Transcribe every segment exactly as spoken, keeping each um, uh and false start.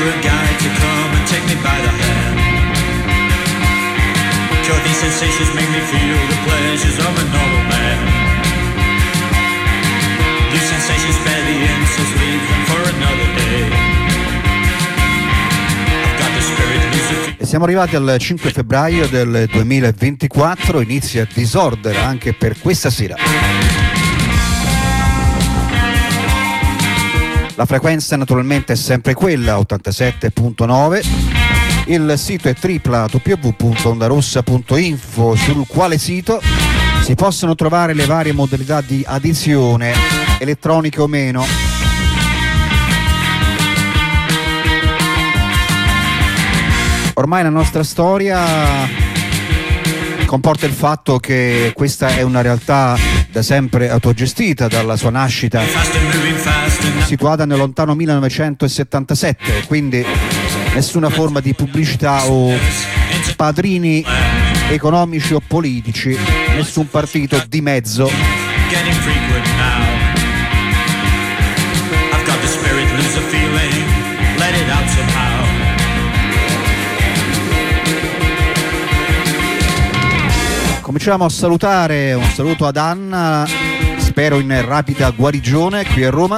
a guy to come and take me by the hand. Sure, these sensations make me feel the pleasures of a normal man. These sensations bear the insults, leave them for another day. I've got the spirit, music. E siamo arrivati al cinque febbraio del duemilaventiquattro, inizia Disorder anche per questa sera. La frequenza naturalmente è sempre quella, ottantasette virgola nove. Il sito è w w w punto ondarossa punto info, sul quale sito si possono trovare le varie modalità di adesione, elettroniche o meno. Ormai la nostra storia comporta il fatto che questa è una realtà da sempre autogestita dalla sua nascita, situata nel lontano millenovecentosettantasette, quindi nessuna forma di pubblicità o padrini economici o politici, nessun partito di mezzo. Cominciamo a salutare, un saluto ad Anna, spero in rapida guarigione qui a Roma.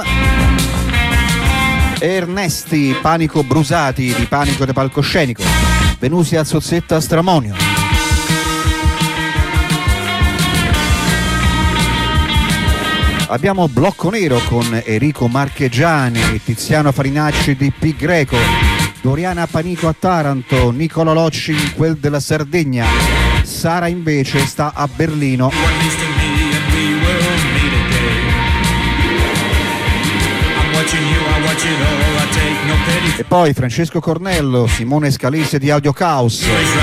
Ernesti, Panico Brusati di Panico de Palcoscenico, Venusia Zozzetta Stramonio. Abbiamo Blocco Nero con Enrico Marchegiani, Tiziano Farinacci di P Greco, Doriana Panico a Taranto, Nicola Locci in quel della Sardegna, Sara invece sta a Berlino. E poi Francesco Cornello, Simone Scalise di Audio Caos,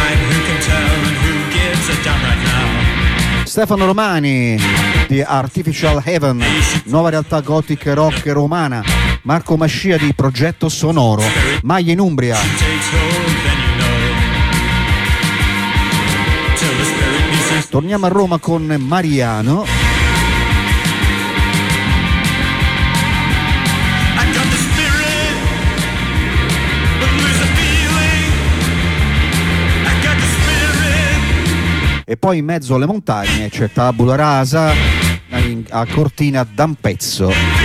Stefano Romani di Artificial Heaven, nuova realtà gothic rock romana, Marco Mascia di Progetto Sonoro, Maglia in Umbria. Torniamo a Roma con Mariano. E poi in mezzo alle montagne c'è Tabula Rasa a Cortina d'Ampezzo.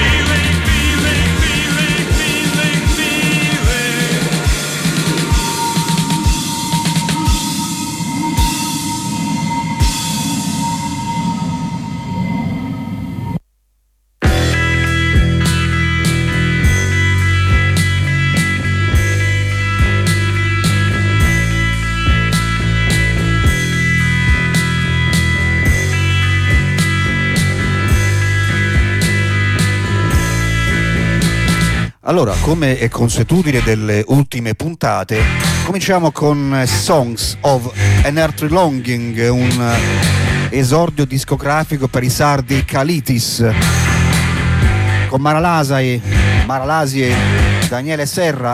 Allora, come è consuetudine delle ultime puntate, cominciamo con Songs of an Earthly Longing, un esordio discografico per i sardi Calitis, con Maralasi, Maralasi e Daniele Serra.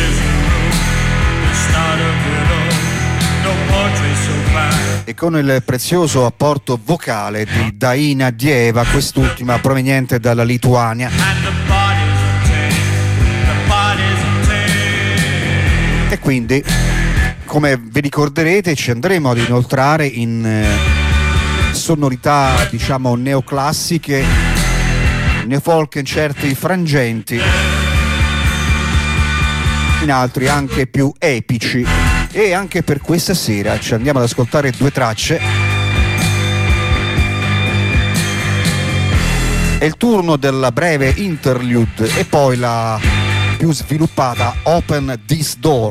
E con il prezioso apporto vocale di Daina Dieva, quest'ultima proveniente dalla Lituania. E quindi, come vi ricorderete, ci andremo ad inoltrare in eh, sonorità, diciamo, neoclassiche, neofolk in certi frangenti, in altri anche più epici. E anche per questa sera ci andiamo ad ascoltare due tracce. È il turno della breve interlude e poi la più sviluppata Open This Door.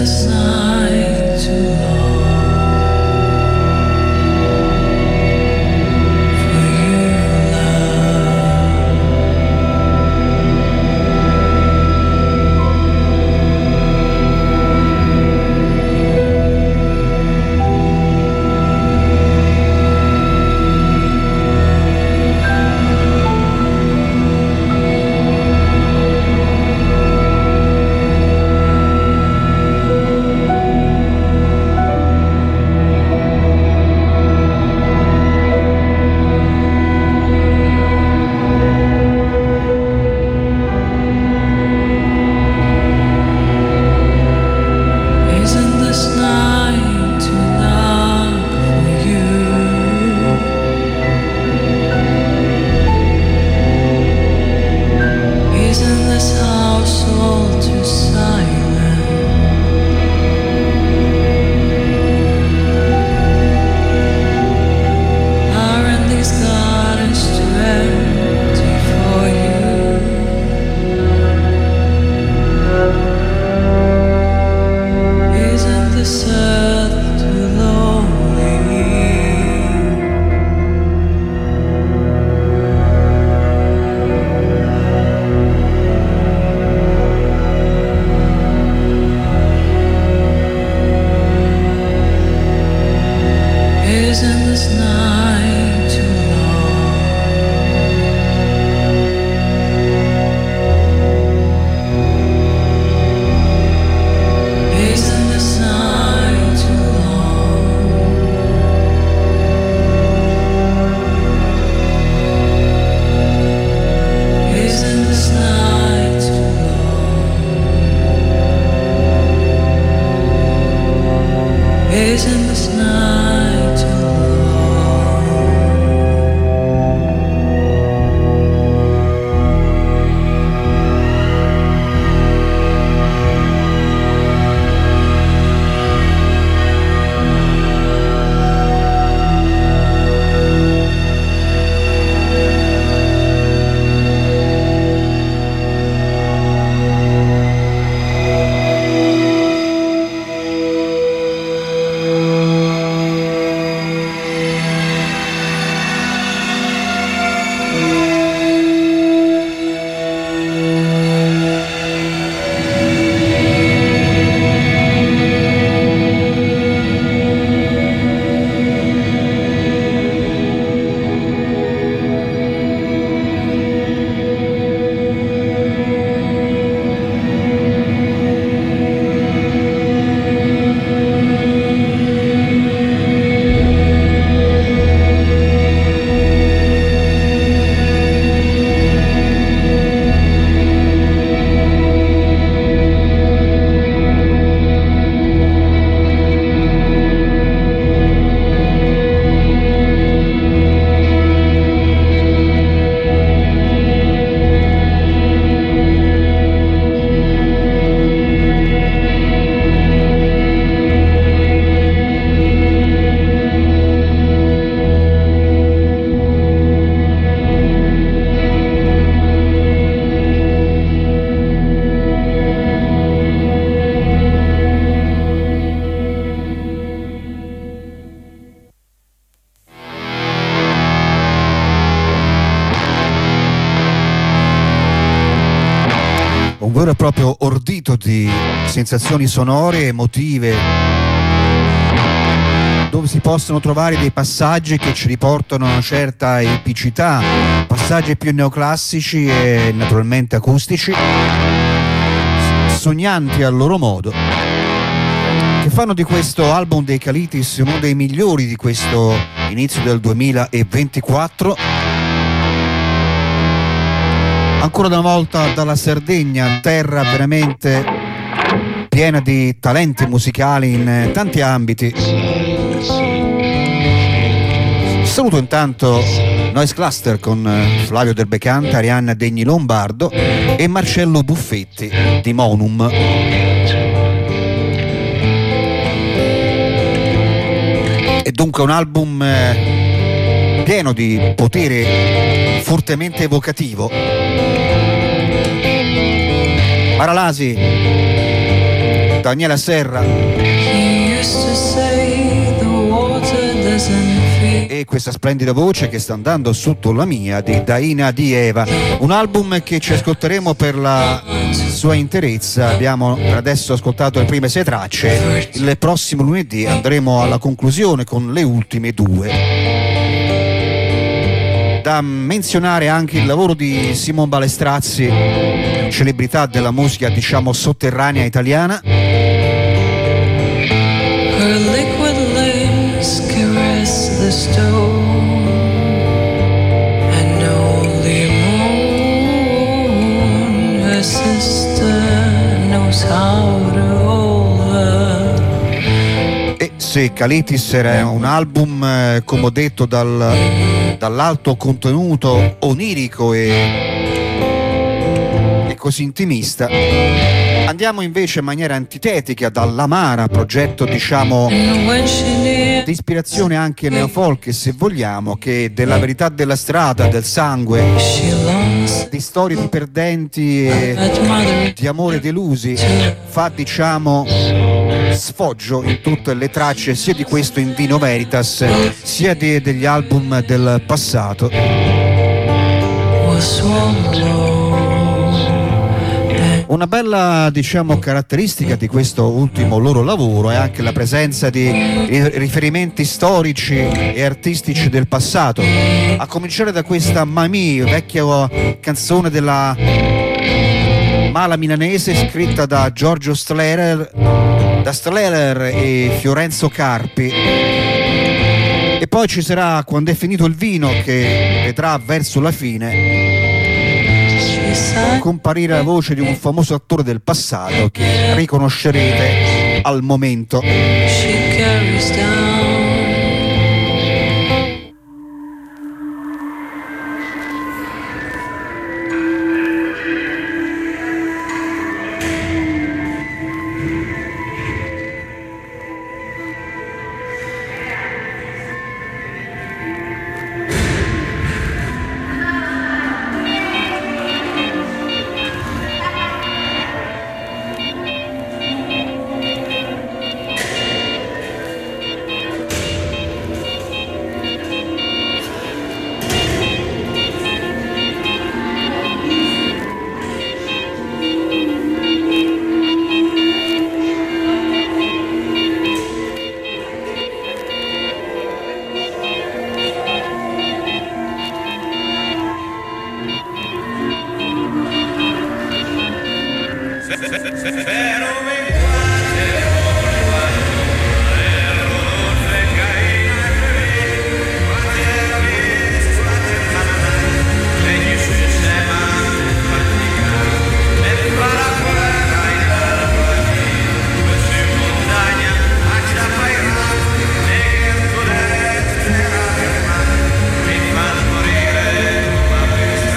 un vero e proprio ordito di sensazioni sonore, emotive, dove si possono trovare dei passaggi che ci riportano a una certa epicità, passaggi più neoclassici e naturalmente acustici, sognanti al loro modo, che fanno di questo album dei Calitis uno dei migliori di questo inizio del duemilaventiquattro. Ancora una volta dalla Sardegna, terra veramente piena di talenti musicali in tanti ambiti. Saluto intanto Noise Cluster con Flavio Del Becante, Arianna Degni Lombardo e Marcello Buffetti di Monum. È dunque un album pieno di potere fortemente evocativo. Maralasi. Daniela Serra e questa splendida voce che sta andando sotto la mia di Daina Di Eva, un album che ci ascolteremo per la sua interezza. Abbiamo adesso ascoltato le prime sei tracce, il prossimo lunedì andremo alla conclusione con le ultime due. Da menzionare anche il lavoro di Simon Balestrazzi, celebrità della musica diciamo sotterranea italiana. The stone and only moon, her sister knows how to hold her. E se Calitis era un album, eh, come ho detto, dal, dall'alto contenuto onirico e, e così intimista, andiamo invece in maniera antitetica dall'Amara, progetto diciamo di ispirazione anche neofolk, se vogliamo, che della verità della strada, del sangue, di storie di perdenti e di amore delusi, fa diciamo sfoggio in tutte le tracce sia di questo In Vino Veritas sia de- degli album del passato. Una bella diciamo caratteristica di questo ultimo loro lavoro è anche la presenza di riferimenti storici e artistici del passato, a cominciare da questa Mamì, vecchia canzone della Mala milanese scritta da Giorgio Strehler, da Strehler e Fiorenzo Carpi. E poi ci sarà Quando è finito il vino, che vedrà verso la fine comparire la voce di un famoso attore del passato che riconoscerete al momento.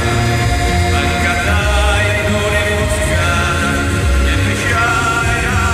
Anche dai, non è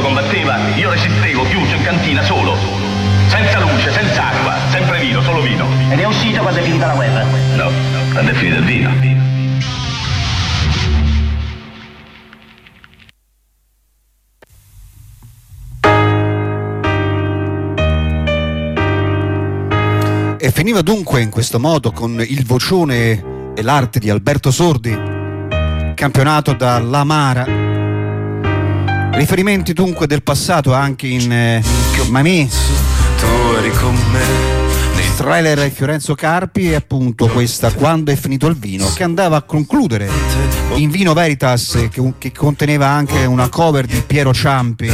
combatteva, io resistevo chiuso in cantina solo. Senza luce, senza acqua, sempre vino, solo vino. Ed è uscito quando è finita la guerra? No, quando è finito il vino. E finiva dunque in questo modo con il vocione e l'arte di Alberto Sordi, campionato dall'Amara. Riferimenti dunque del passato anche in eh, Mamì, tu eri con me. Strehler e Fiorenzo Carpi, e appunto questa Quando è finito il vino, che andava a concludere in Vino Veritas, che, che conteneva anche una cover di Piero Ciampi,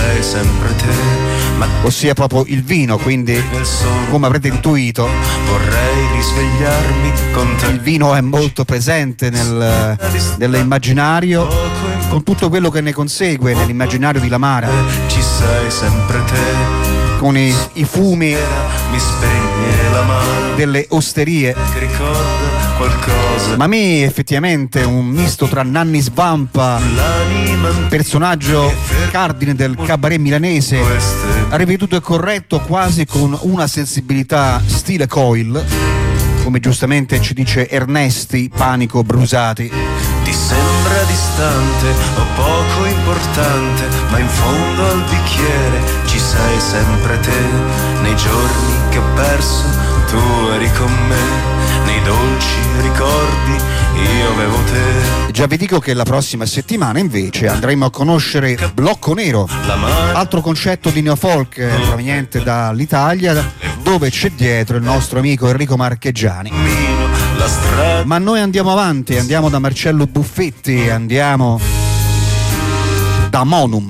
ossia proprio il vino, quindi come avrete intuito vorrei risvegliarmi con te. Il vino è molto presente nel, nell'immaginario, con tutto quello che ne consegue nell'immaginario di Lamara. Ci sei sempre te. Con i, i fumi mi spegne la mano delle osterie. che ricorda qualcosa. Mamì effettivamente un misto tra Nanni Svampa, personaggio cardine del cabaret milanese, ripetuto e corretto quasi con una sensibilità stile Coil, come giustamente ci dice Ernesti Panico Brusati. Ti sembra distante o poco importante, ma in fondo al bicchiere ci sei sempre te. Nei giorni che ho perso tu eri con me, nei dolci ricordi io avevo te. Già vi dico che la prossima settimana invece andremo a conoscere Blocco Nero, altro concetto di neofolk proveniente dall'Italia, dove c'è dietro il nostro amico Enrico Marcheggiani. Ma noi andiamo avanti, andiamo da Marcello Buffetti, andiamo da Monum.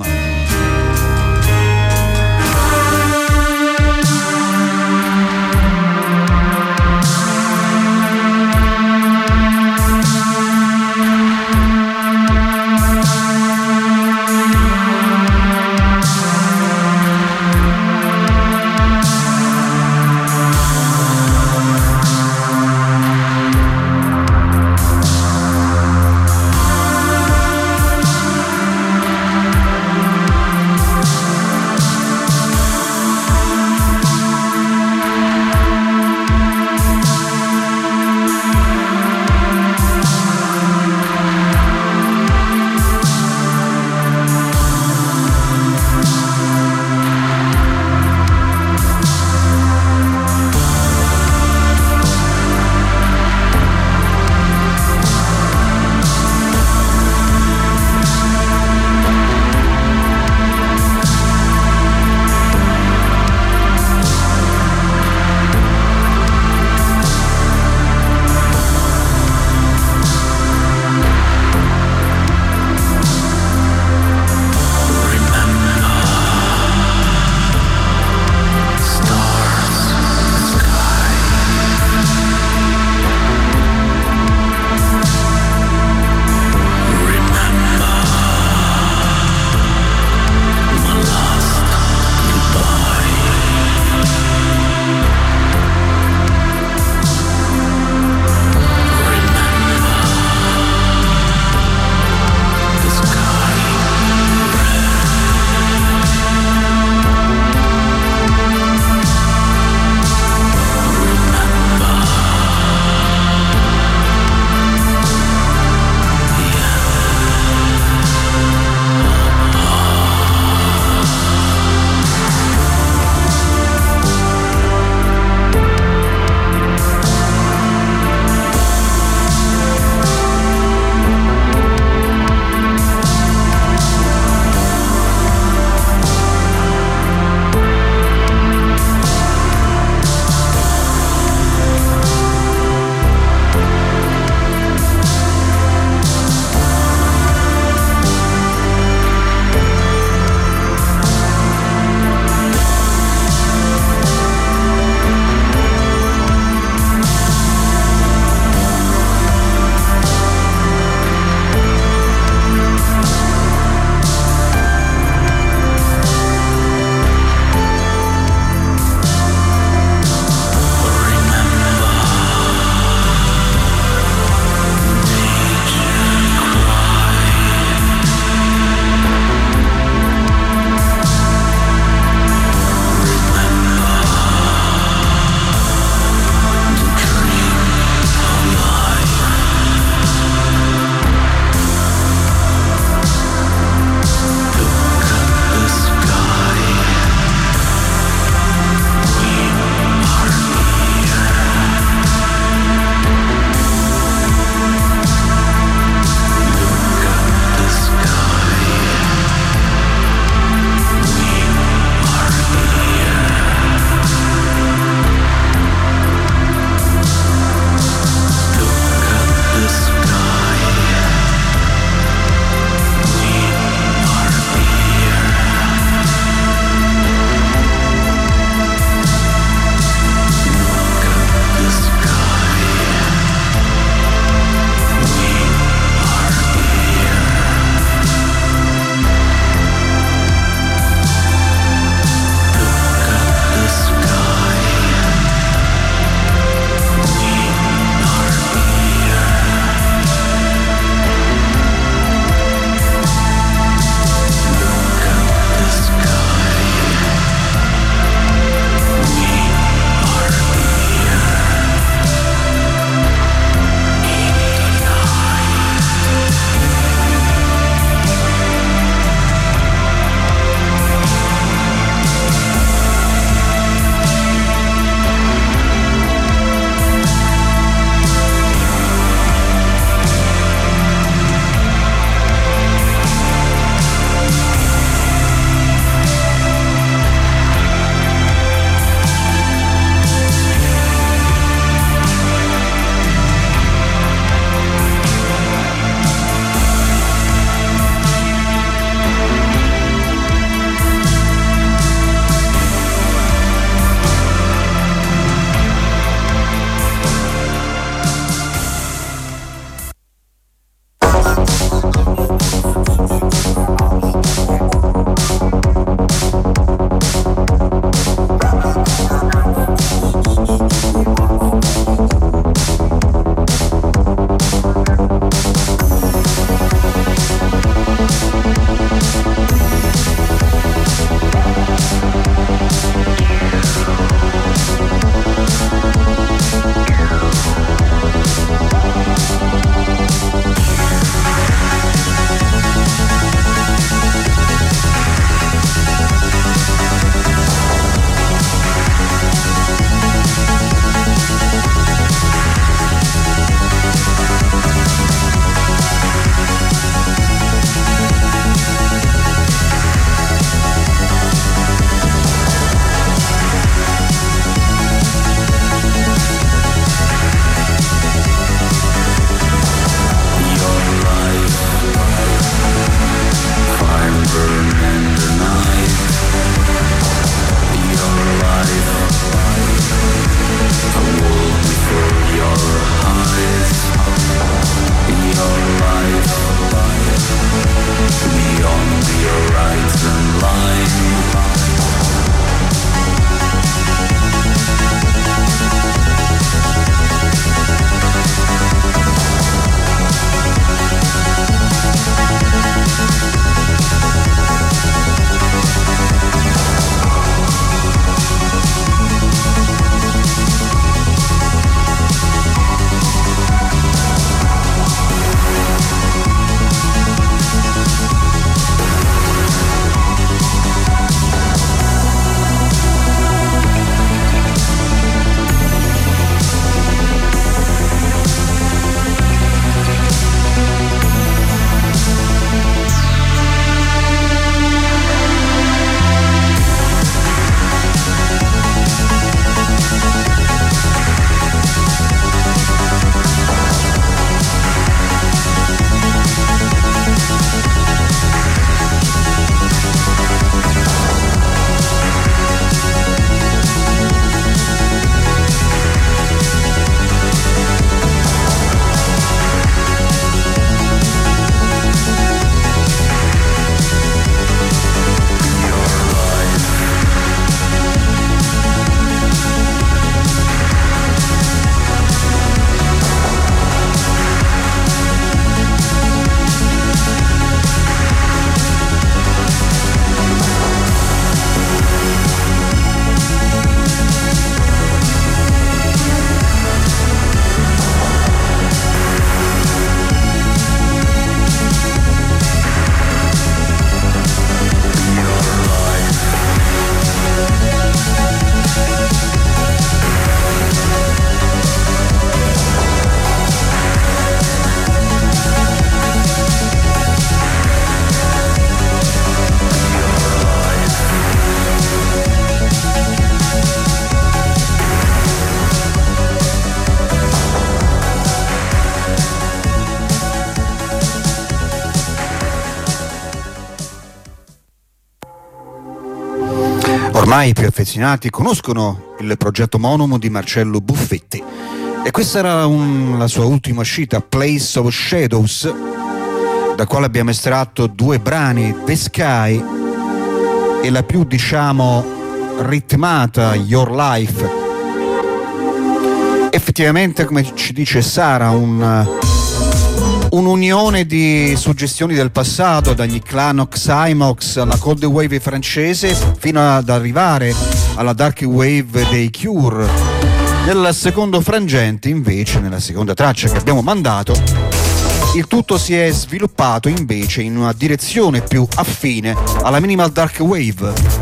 Ormai i più affezionati conoscono il progetto Monum di Marcello Buffetti e questa era un, la sua ultima uscita, Place of Shadows, da quale abbiamo estratto due brani, The Sky e la più, diciamo, ritmata, Your Life. Effettivamente, come ci dice Sara, un, un'unione di suggestioni del passato, dagli Clan Xymox alla Cold Wave francese fino ad arrivare alla Dark Wave dei Cure. Nel secondo frangente, invece, nella seconda traccia che abbiamo mandato, il tutto si è sviluppato invece in una direzione più affine alla Minimal Dark Wave.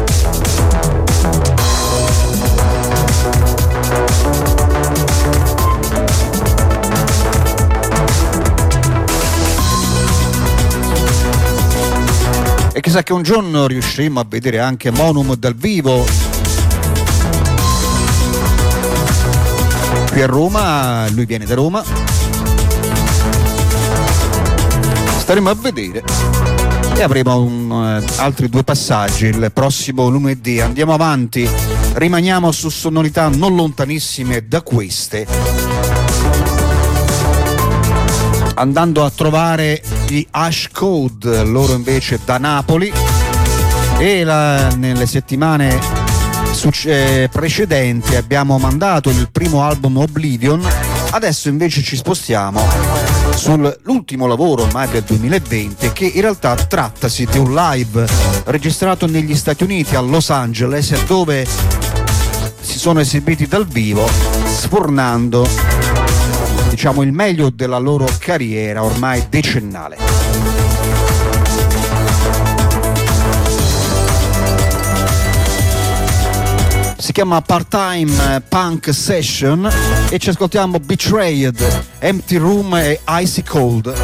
E chissà che un giorno riusciremo a vedere anche Monum dal vivo qui a Roma. Lui viene da Roma, staremo a vedere e avremo un, uh, altri due passaggi il prossimo lunedì. Andiamo avanti, rimaniamo su sonorità non lontanissime da queste, andando a trovare gli Ash Code, loro invece da Napoli, e la, nelle settimane succe- precedenti abbiamo mandato il primo album Oblivion. Adesso invece ci spostiamo sull'ultimo lavoro ormai del duemilaventi, che in realtà trattasi di un live registrato negli Stati Uniti, a Los Angeles, dove si sono esibiti dal vivo sfornando, diciamo, il meglio della loro carriera ormai decennale. Si chiama Part-Time Punk Session e ci ascoltiamo Betrayed, Empty Room e Icy Cold.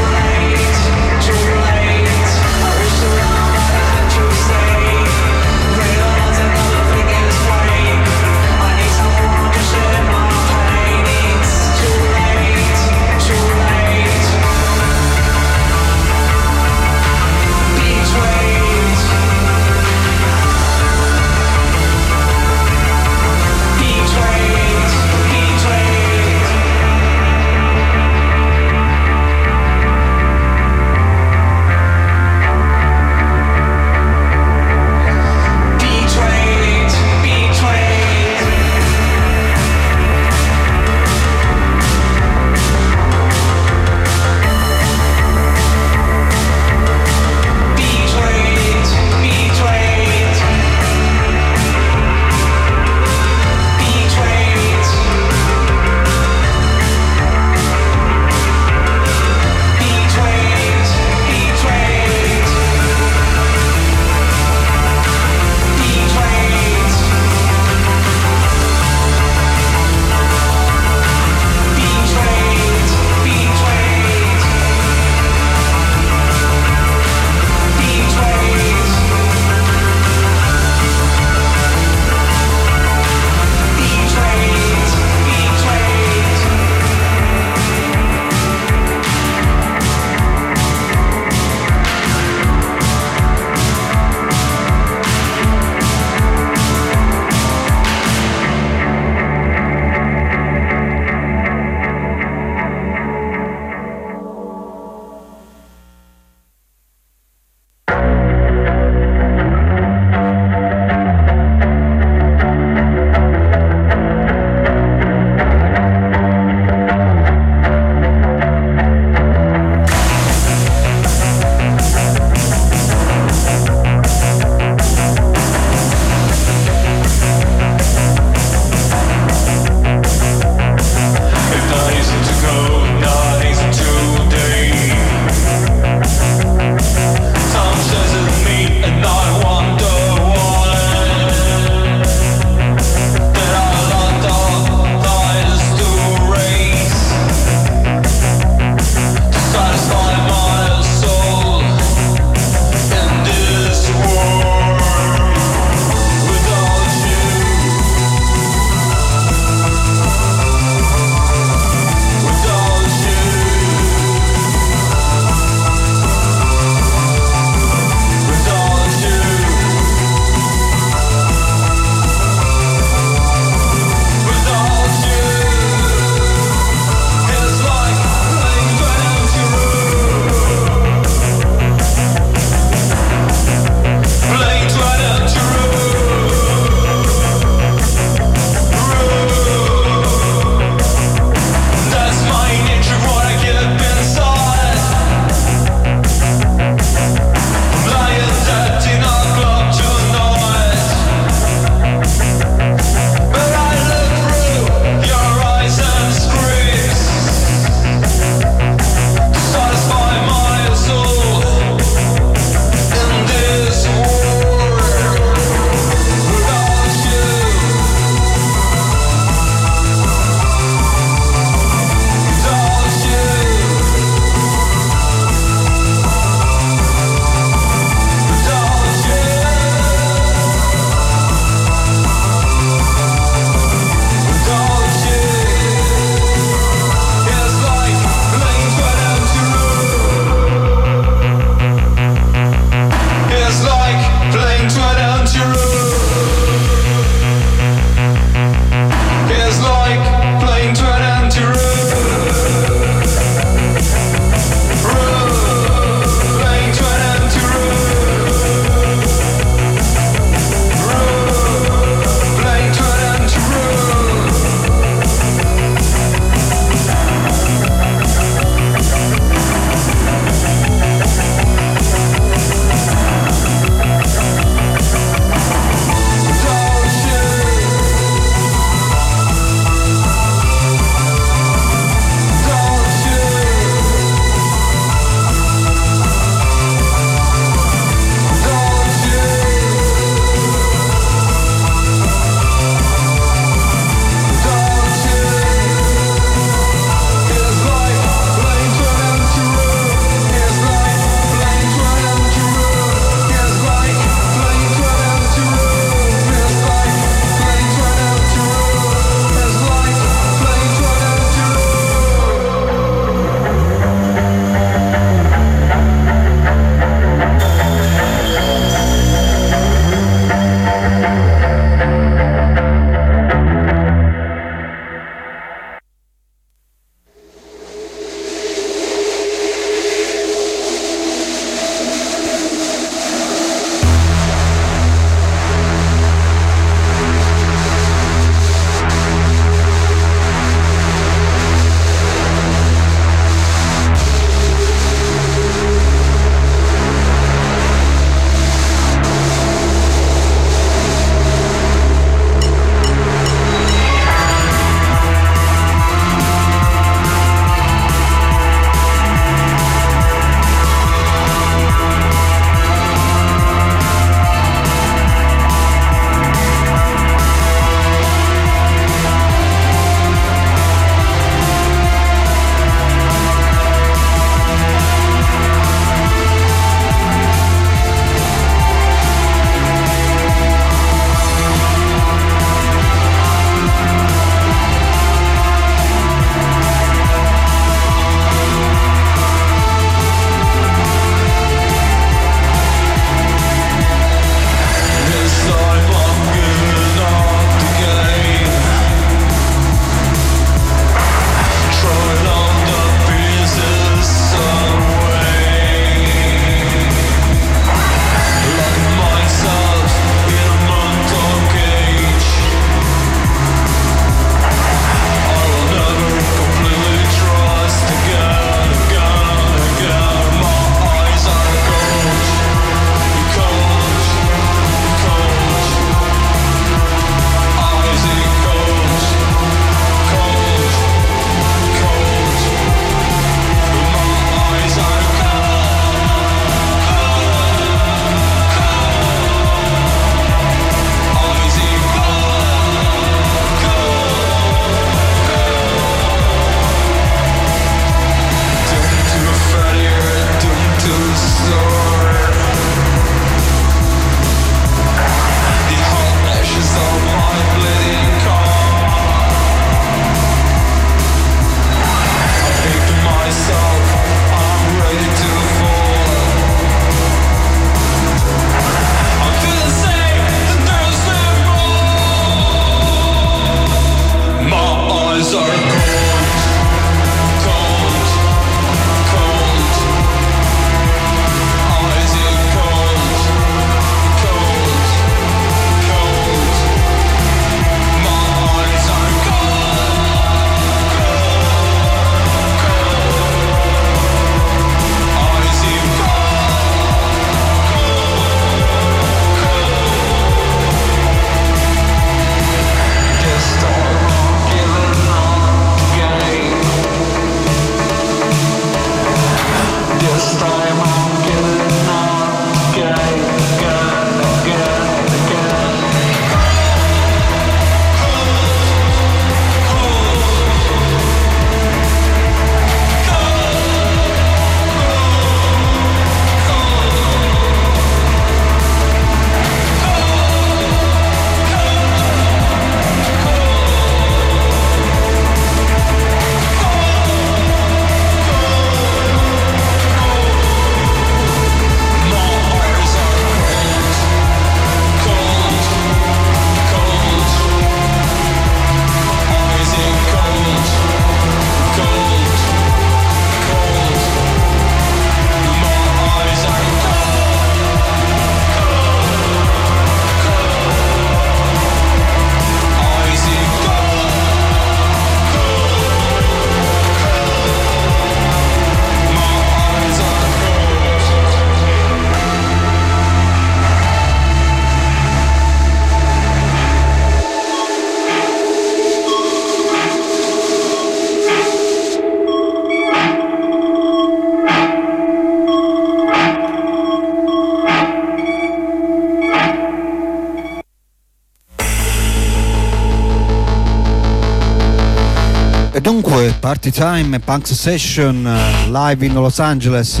Dunque, Party Time Punk Session live in Los Angeles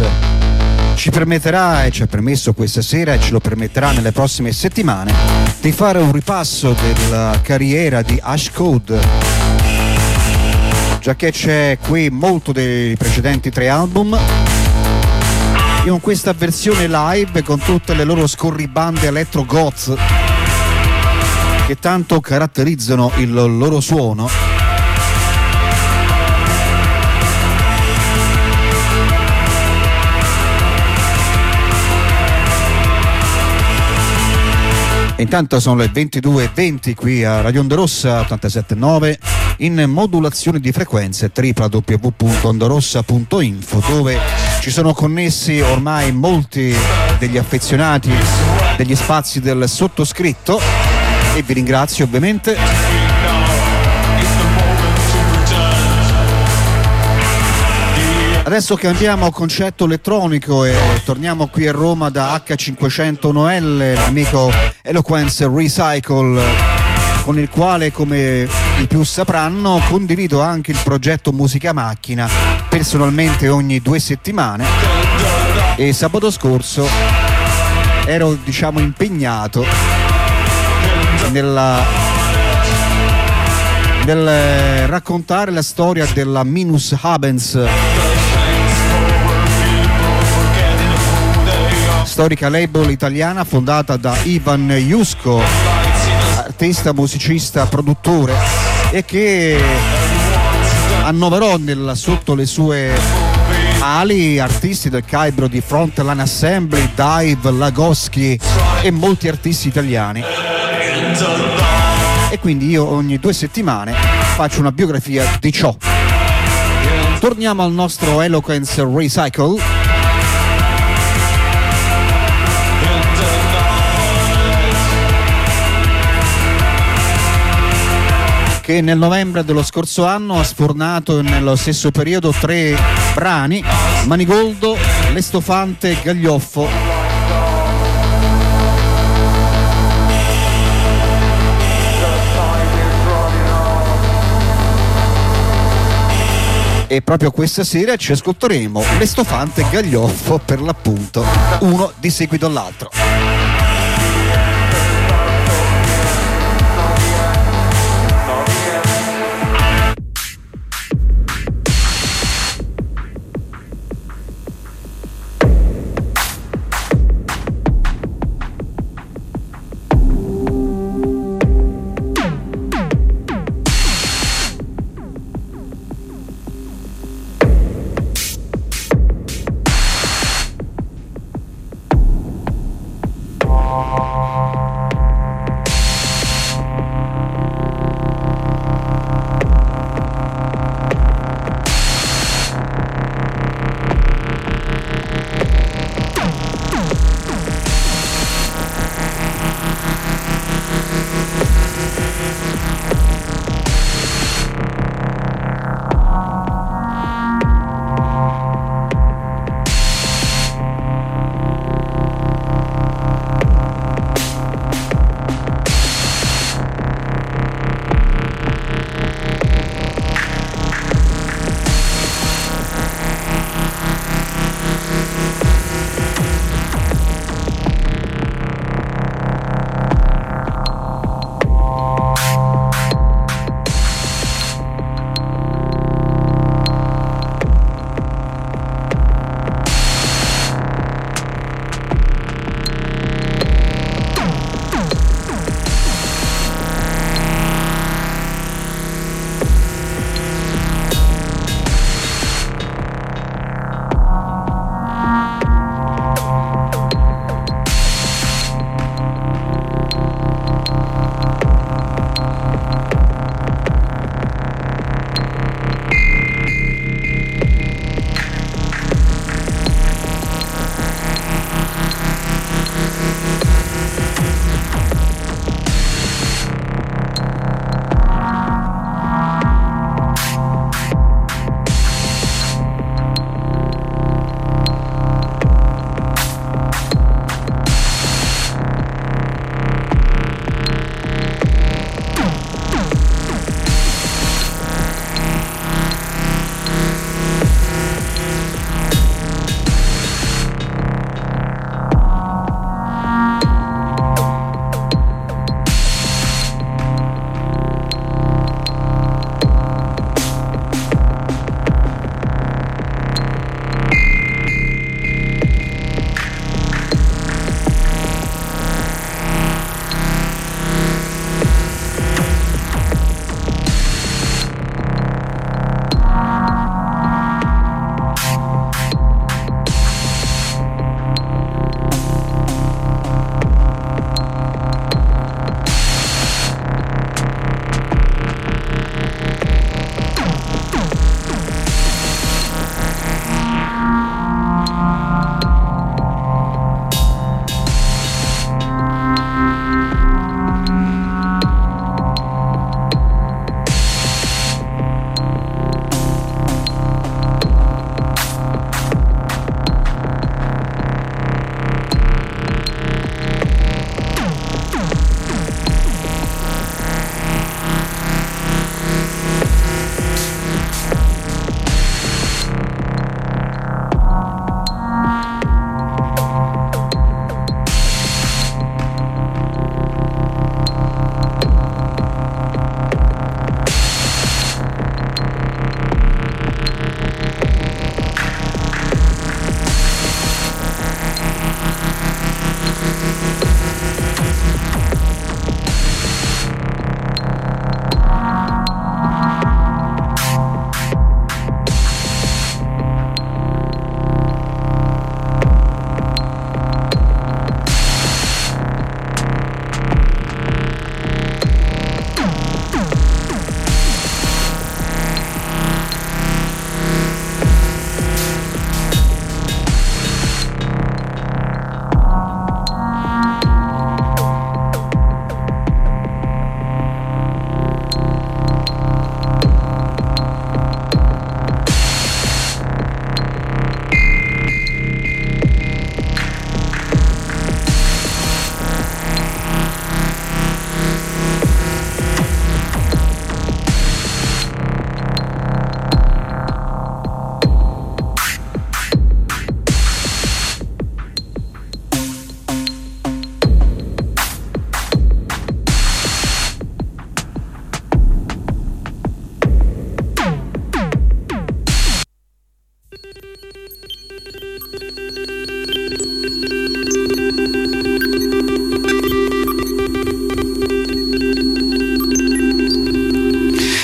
ci permetterà, e ci ha permesso questa sera e ce lo permetterà nelle prossime settimane, di fare un ripasso della carriera di Ash Code, già che c'è qui molto dei precedenti tre album in questa versione live con tutte le loro scorribande electro goth che tanto caratterizzano il loro suono. Intanto sono le ventidue e venti qui a Radio Onda Rossa ottantasette nove in modulazione di frequenze w w w punto ondorossa punto info, dove ci sono connessi ormai molti degli affezionati degli spazi del sottoscritto e vi ringrazio ovviamente. Adesso cambiamo concetto elettronico e torniamo qui a Roma da acca cinquecentouno L, l'amico Eloquence Recycle, con il quale, come i più sapranno, condivido anche il progetto Musica Macchina personalmente ogni due settimane, e sabato scorso ero, diciamo, impegnato nella, nel raccontare la storia della Minus Habens, storica label italiana fondata da Ivan Jusko, artista, musicista, produttore, e che annoverò nel, sotto le sue ali artisti del calibro di Frontline Assembly, Dive, Lagoschi e molti artisti italiani. E quindi io ogni due settimane faccio una biografia di ciò. Torniamo al nostro Eloquence Recycle, che nel novembre dello scorso anno ha sfornato nello stesso periodo tre brani: Manigoldo, L'Estofante, Gaglioffo. E proprio questa sera ci ascolteremo L'Estofante e Gaglioffo, per l'appunto, uno di seguito all'altro.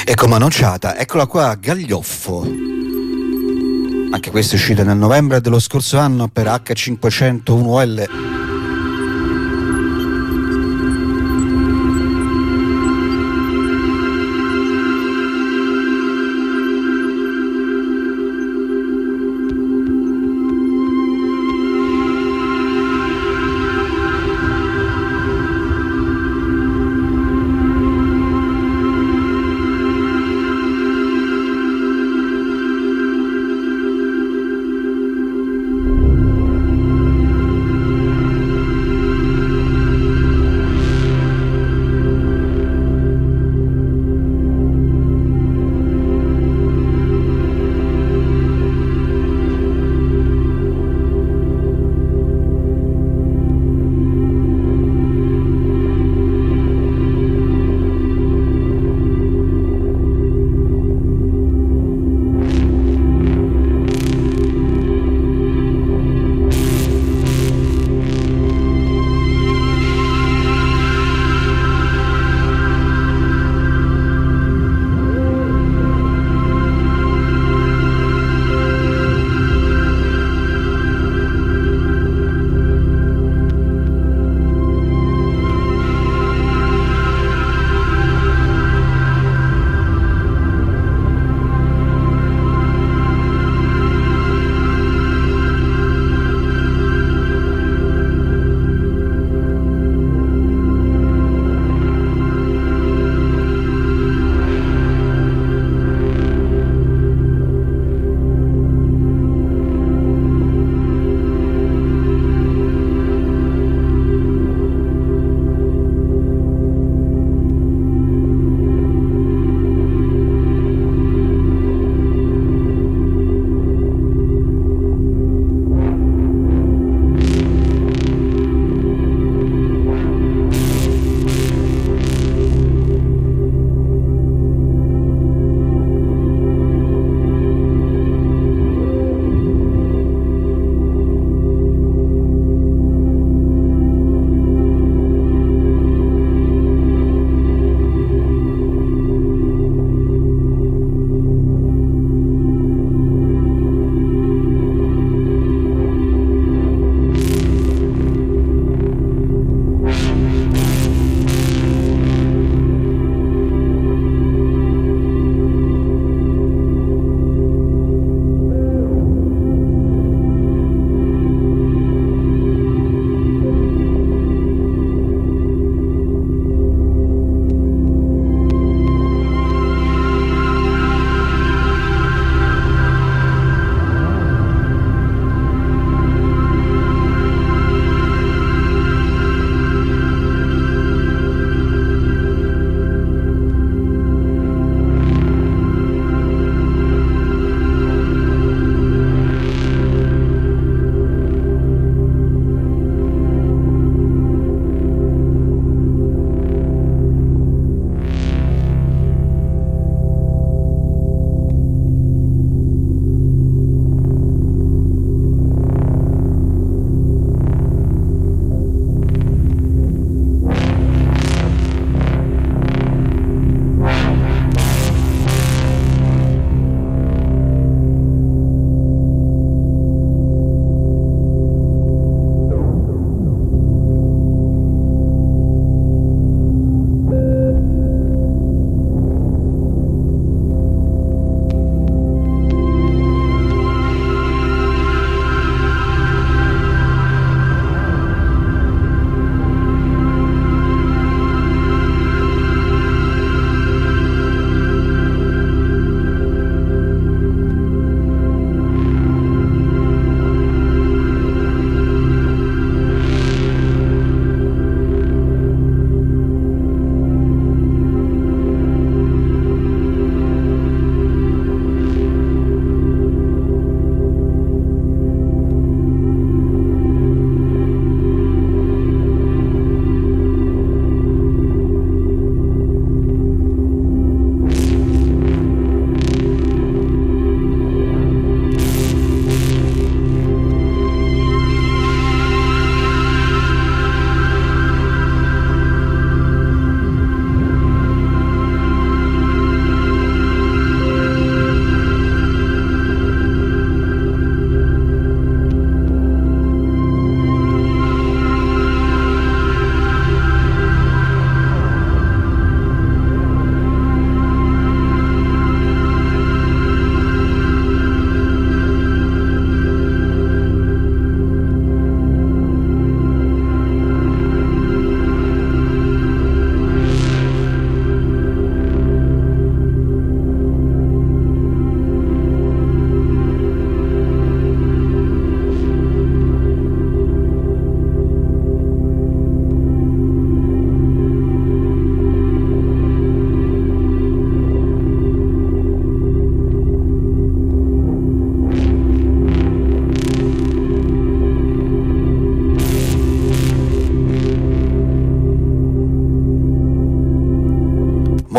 E come annunciata, eccola qua, Gaglioffo. Anche questa è uscita nel novembre dello scorso anno per acca cinquecentouno elle.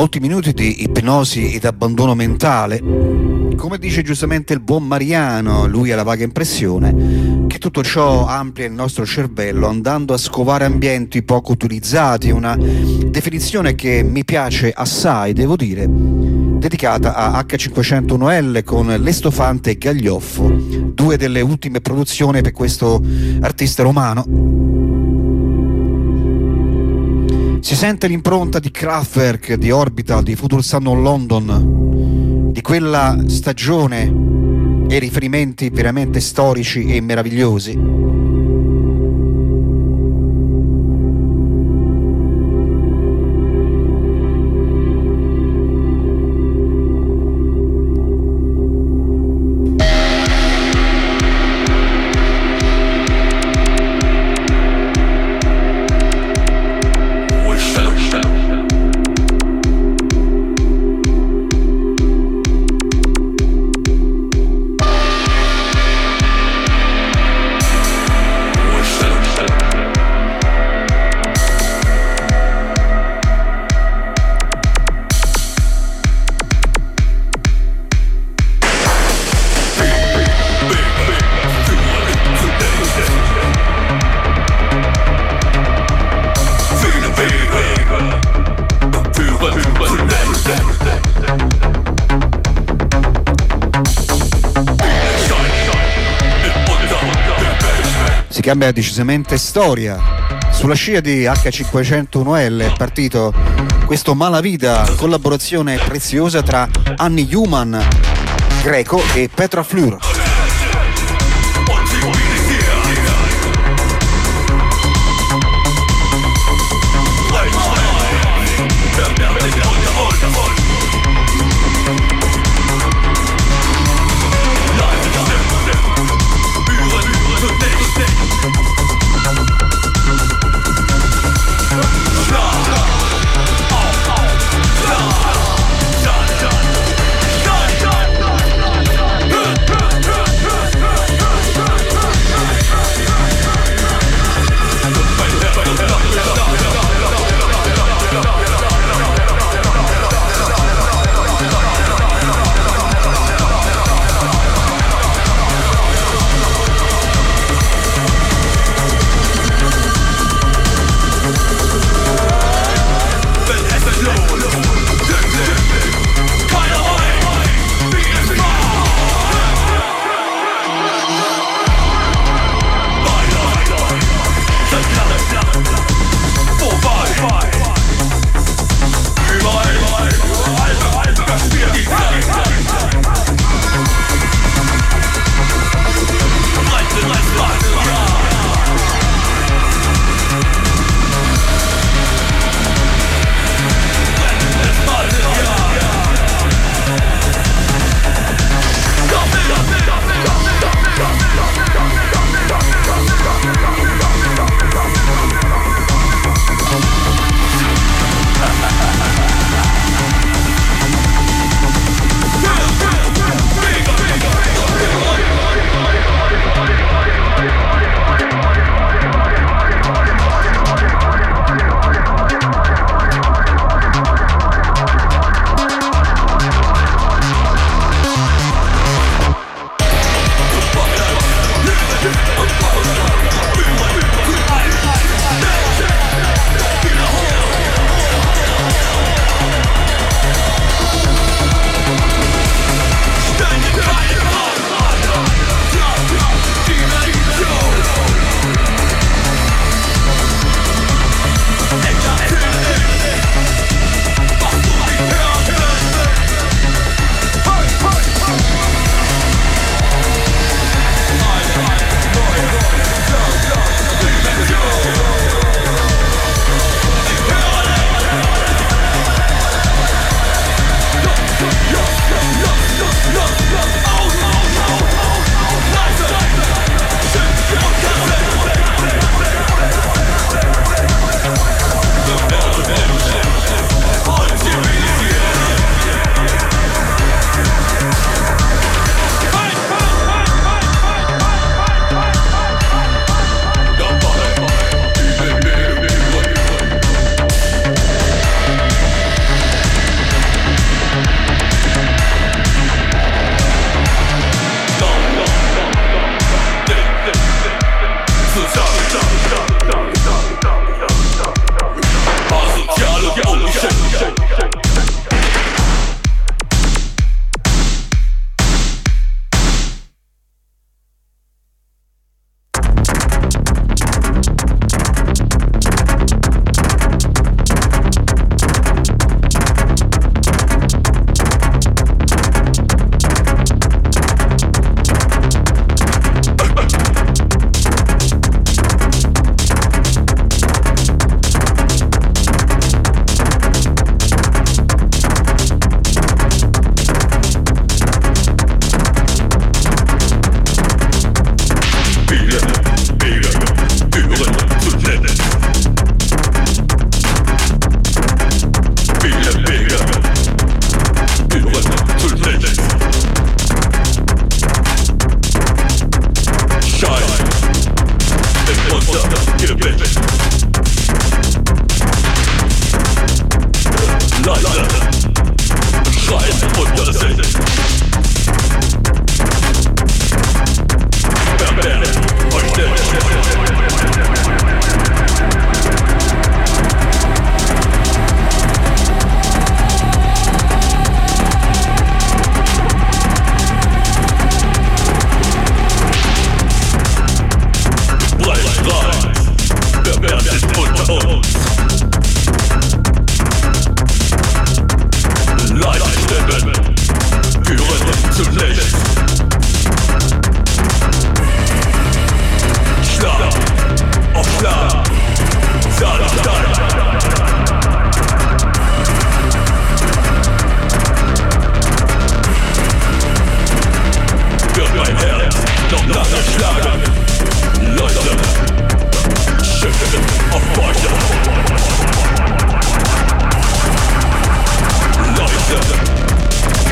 molti minuti di ipnosi ed abbandono mentale. Come dice giustamente il buon Mariano, lui ha la vaga impressione che tutto ciò amplia il nostro cervello andando a scovare ambienti poco utilizzati, una definizione che mi piace assai, devo dire, dedicata a acca cinquecentouno elle con L'Estofante e Gaglioffo, due delle ultime produzioni per questo artista romano. Si sente l'impronta di Kraftwerk, di Orbital, di Future Sound of London, di quella stagione e riferimenti veramente storici e meravigliosi. Cambia decisamente storia. Sulla scia di acca cinquecentouno elle è partito questo Malavida, collaborazione preziosa tra Annie Human, Greco e Petra Fleur.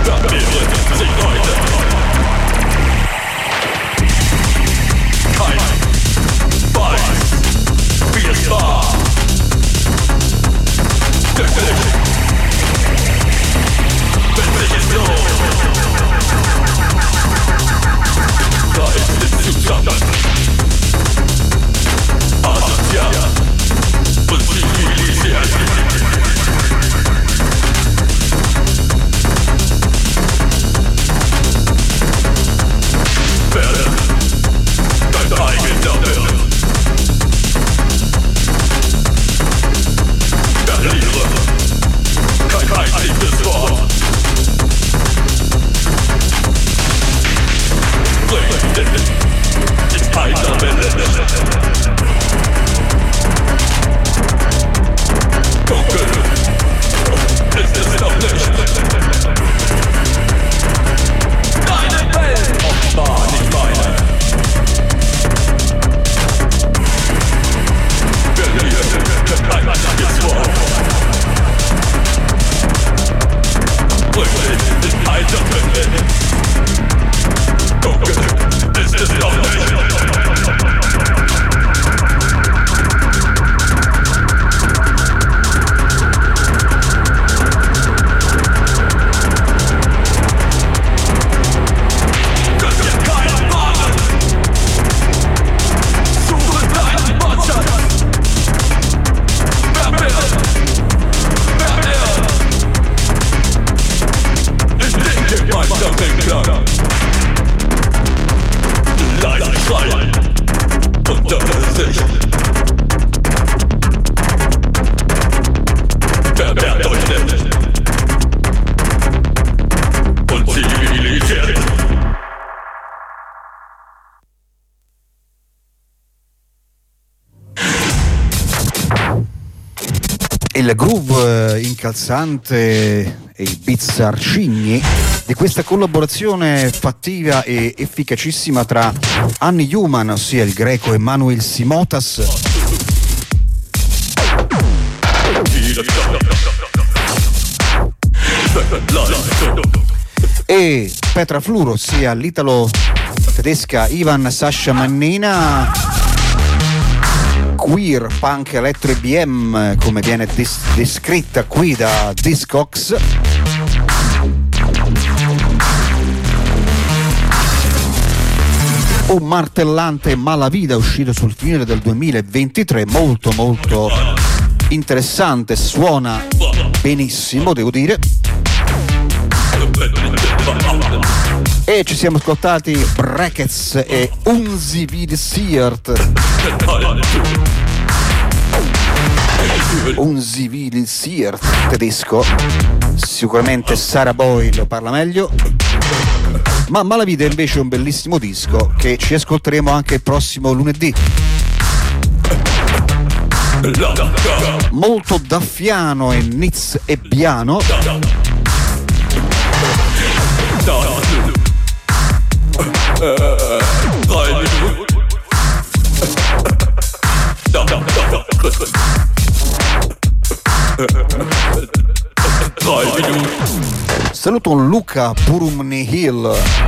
Il groove incalzante e i beats arcigni di questa collaborazione fattiva e efficacissima tra Anni Human, ossia il greco Emanuel Simotas, e Petra Fluro, ossia l'italo tedesca Ivan Sasha Mannina. Queer punk electro E B M, come viene des- descritta qui da Discogs. Un martellante Malavida uscito sul finire del duemilaventitré, molto molto interessante, suona benissimo, devo dire. E ci siamo ascoltati Brackets e Unzivilisiert. Unzivilisiert tedesco, sicuramente Sarah Boy lo parla meglio. Ma Malavida invece è un bellissimo disco che ci ascolteremo anche il prossimo lunedì. Molto daffiano e Nitz e Biano. Saluto Luca Purumnihil.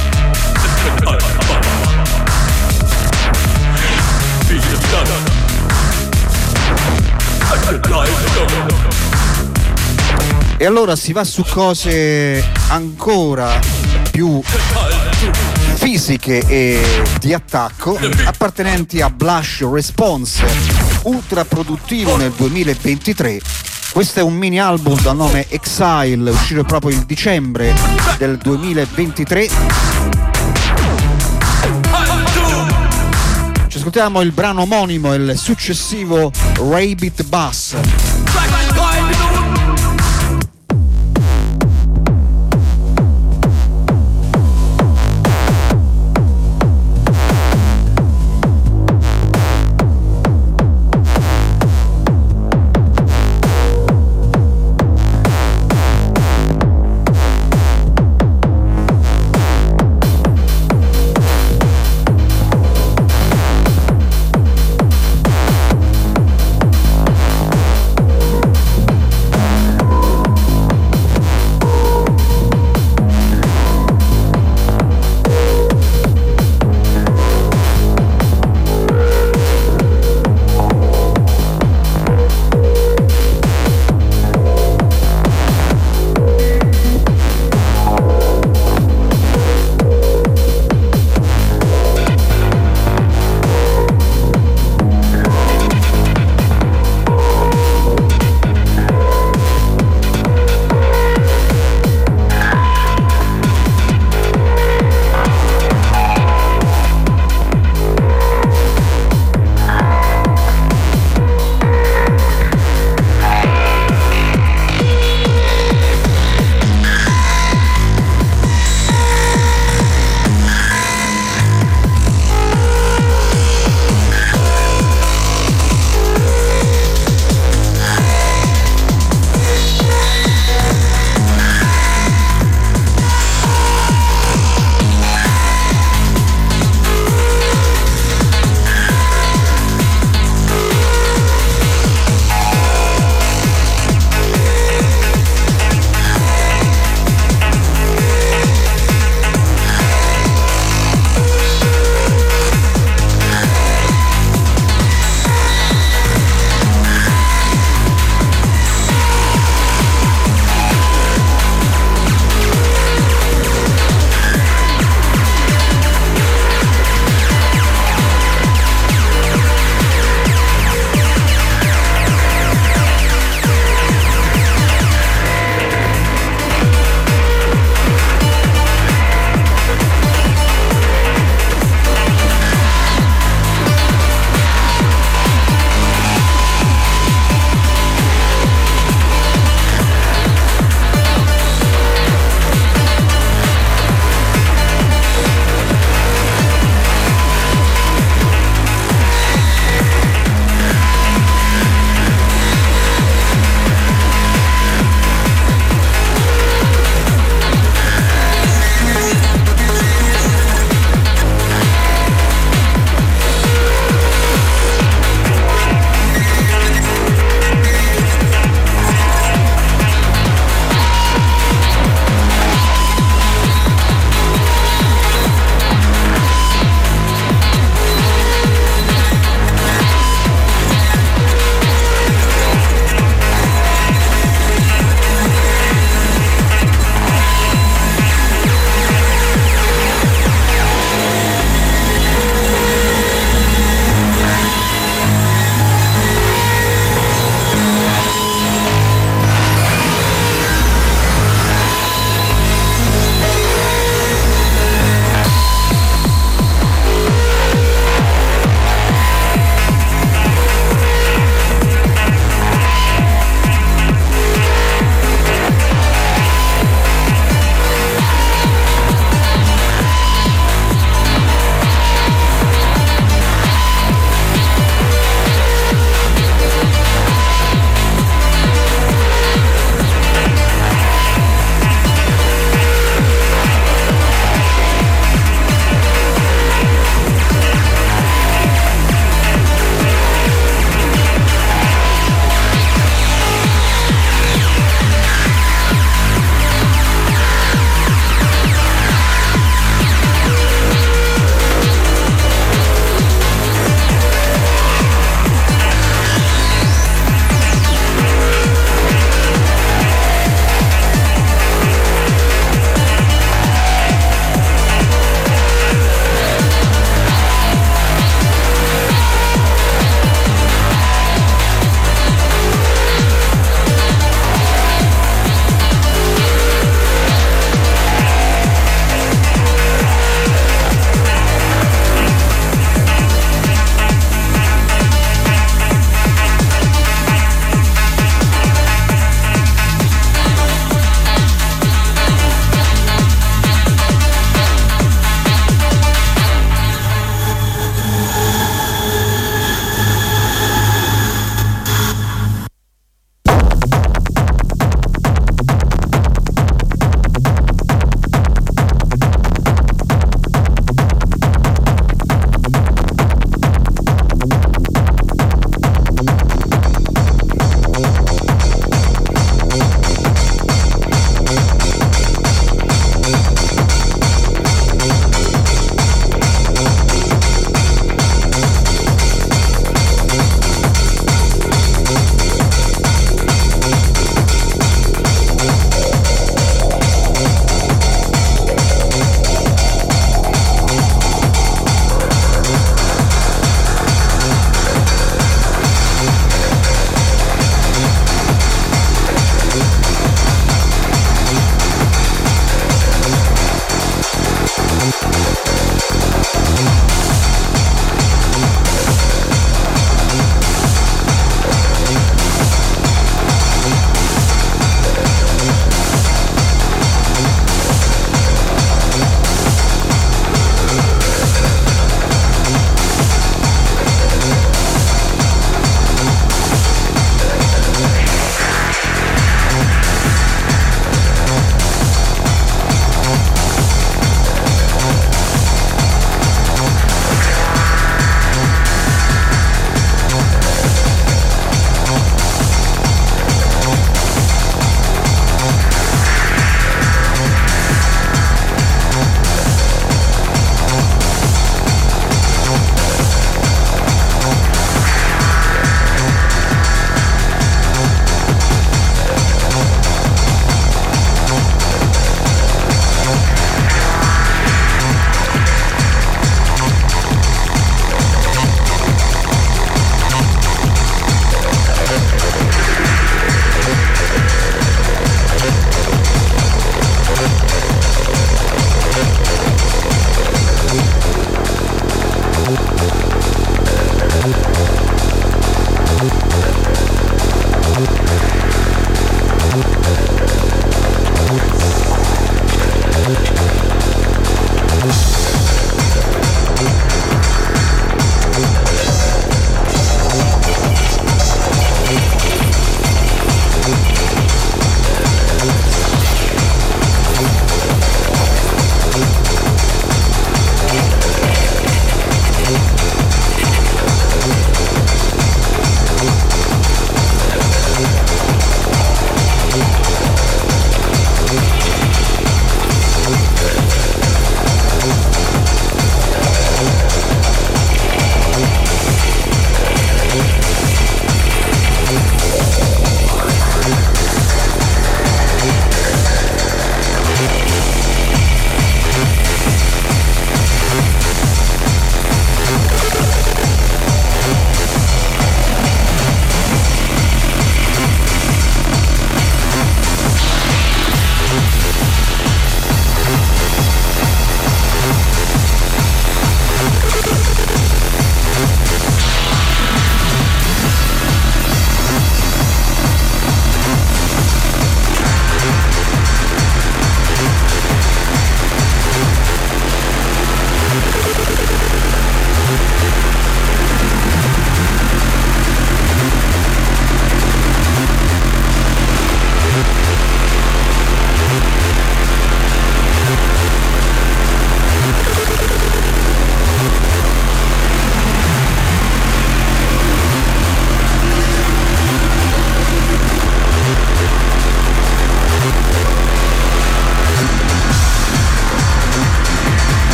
E allora si va su cose ancora più fisiche e di attacco, appartenenti a Blush Response, ultra produttivo nel duemilaventitré. Questo è un mini album dal nome Exile, uscito proprio il dicembre del duemilaventitré. Ci ascoltiamo il brano omonimo e il successivo Rabbit Bass.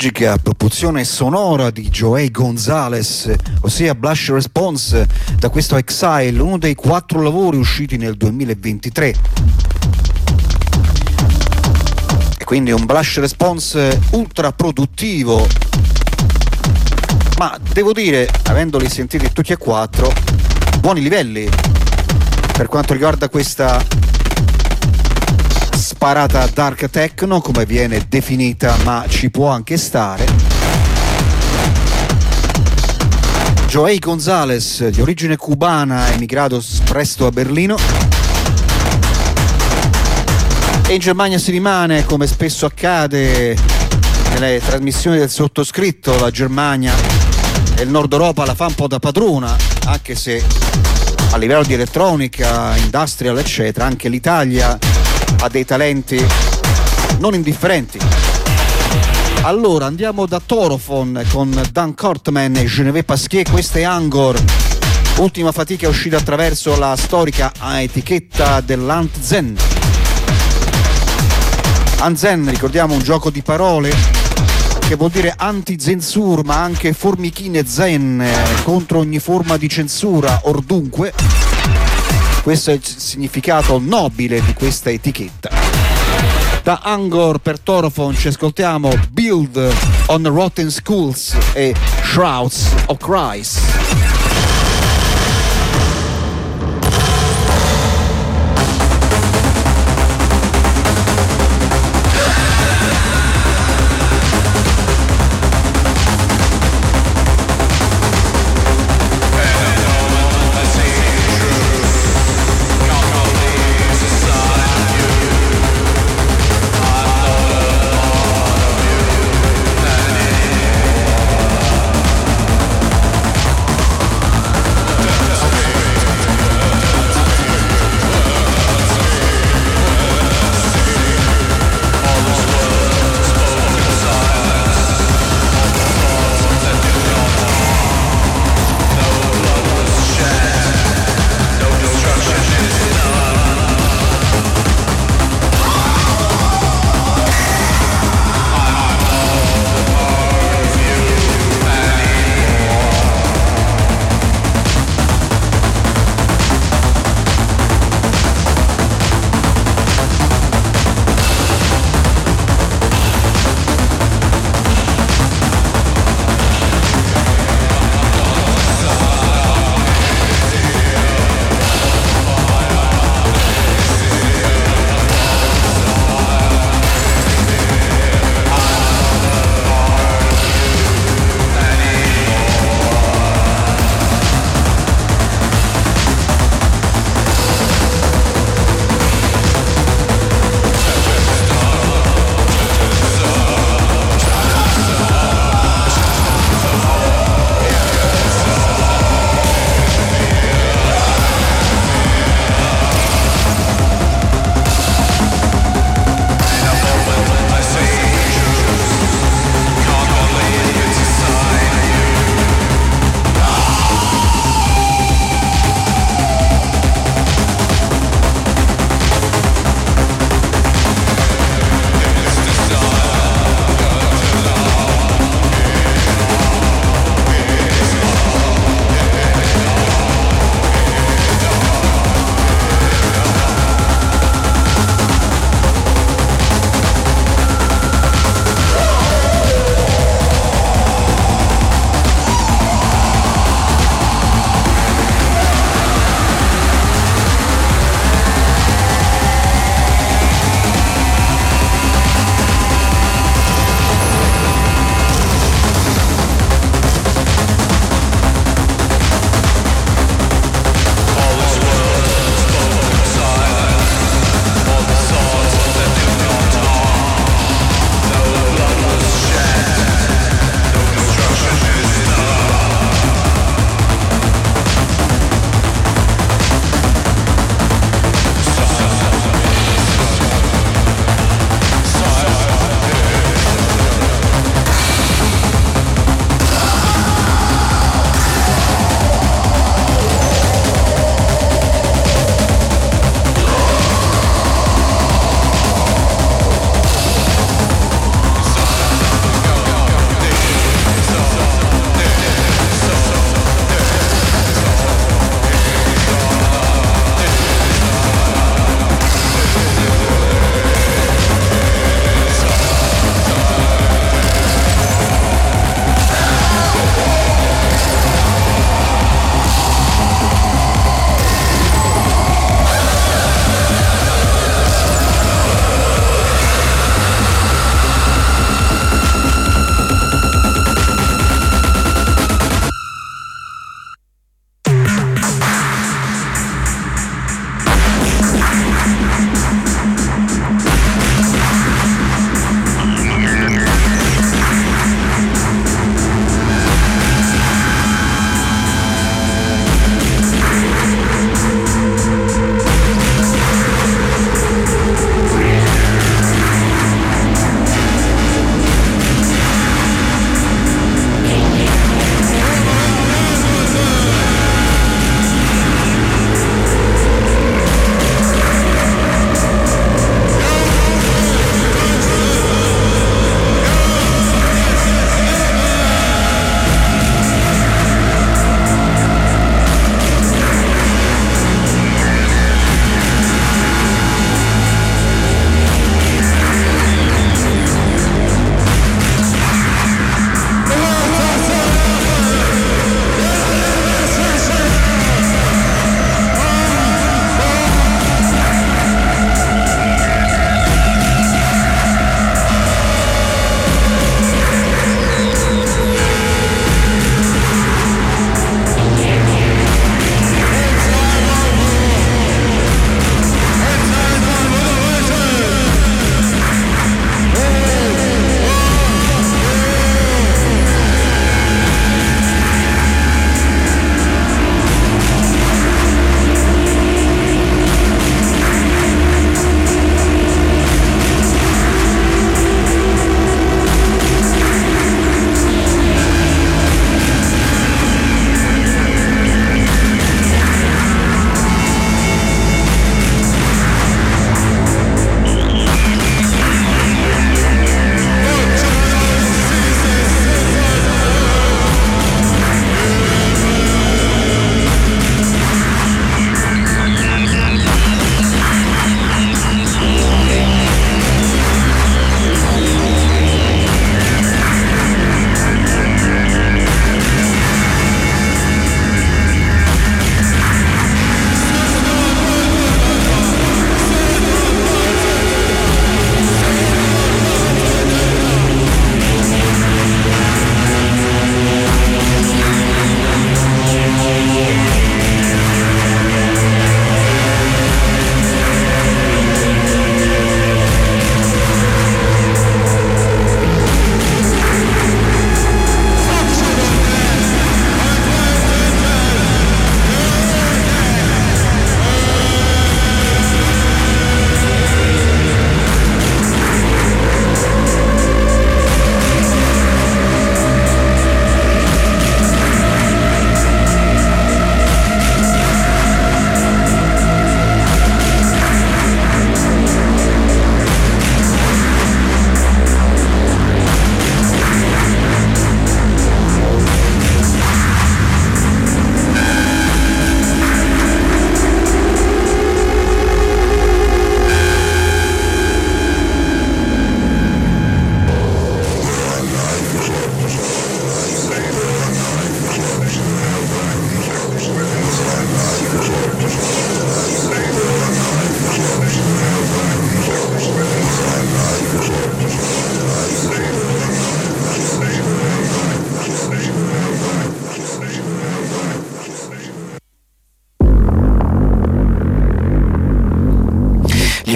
magica produzione sonora di Joey Gonzalez, ossia Blush Response, da questo Exile, uno dei quattro lavori usciti nel duemilaventitré. E quindi un Blush Response ultra produttivo, ma devo dire, avendoli sentiti tutti e quattro, buoni livelli per quanto riguarda questa sparata dark techno, come viene definita, ma ci può anche stare. Joey Gonzalez, di origine cubana, emigrato presto a Berlino, e in Germania si rimane, come spesso accade nelle trasmissioni del sottoscritto. La Germania e il Nord Europa la fa un po' da padrona, anche se a livello di elettronica, industrial eccetera, anche l'Italia ha dei talenti non indifferenti. Allora andiamo da Torophone con Dan Cortman e Geneviève Pasquier. Questa è Angor, ultima fatica uscita attraverso la storica etichetta dell'Antzen. Antzen, ricordiamo, un gioco di parole che vuol dire anti-zensur, ma anche formichine zen, contro ogni forma di censura ordunque. Questo è il significato nobile di questa etichetta. Da Angor per Torophone ci ascoltiamo Build on Rotten Schools e Shrouds of Christ.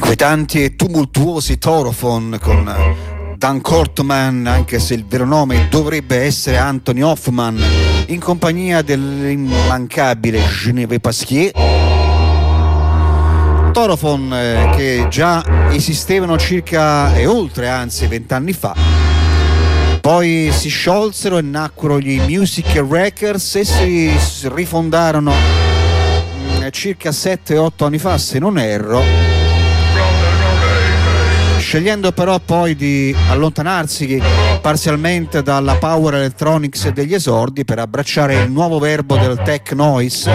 Inquietanti e tumultuosi Thorophon con Dan Cortman, anche se il vero nome dovrebbe essere Anthony Hoffman, in compagnia dell'immancabile Geneviève Pasquier. Thorophon eh, che già esistevano circa e oltre anzi vent'anni fa, poi si sciolsero e nacquero gli Music Records e si rifondarono mh, circa sette otto anni fa, se non erro, scegliendo però poi di allontanarsi parzialmente dalla power electronics degli esordi per abbracciare il nuovo verbo del tech noise,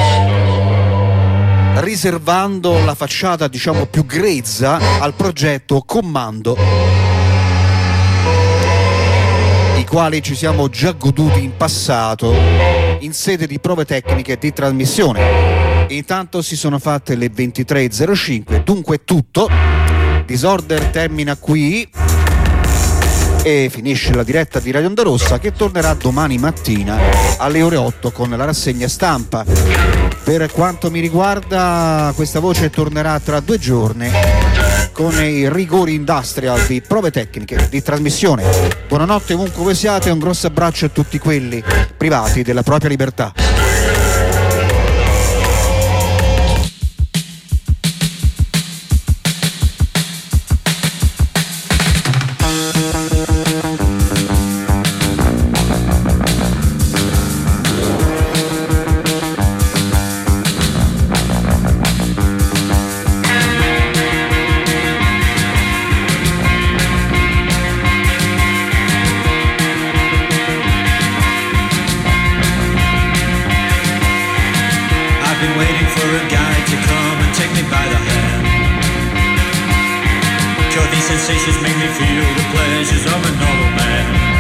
riservando la facciata diciamo più grezza al progetto Commando, i quali ci siamo già goduti in passato in sede di prove tecniche di trasmissione. Intanto si sono fatte le ventitré e zero cinque, dunque è tutto. Disorder termina qui e finisce la diretta di Radio Onda Rossa, che tornerà domani mattina alle ore otto con la rassegna stampa. Per quanto mi riguarda, questa voce tornerà tra due giorni con i rigori industrial di prove tecniche di trasmissione. Buonanotte ovunque voi siate, un grosso abbraccio a tutti quelli privati della propria libertà. Sensations make me feel the pleasures of a normal man.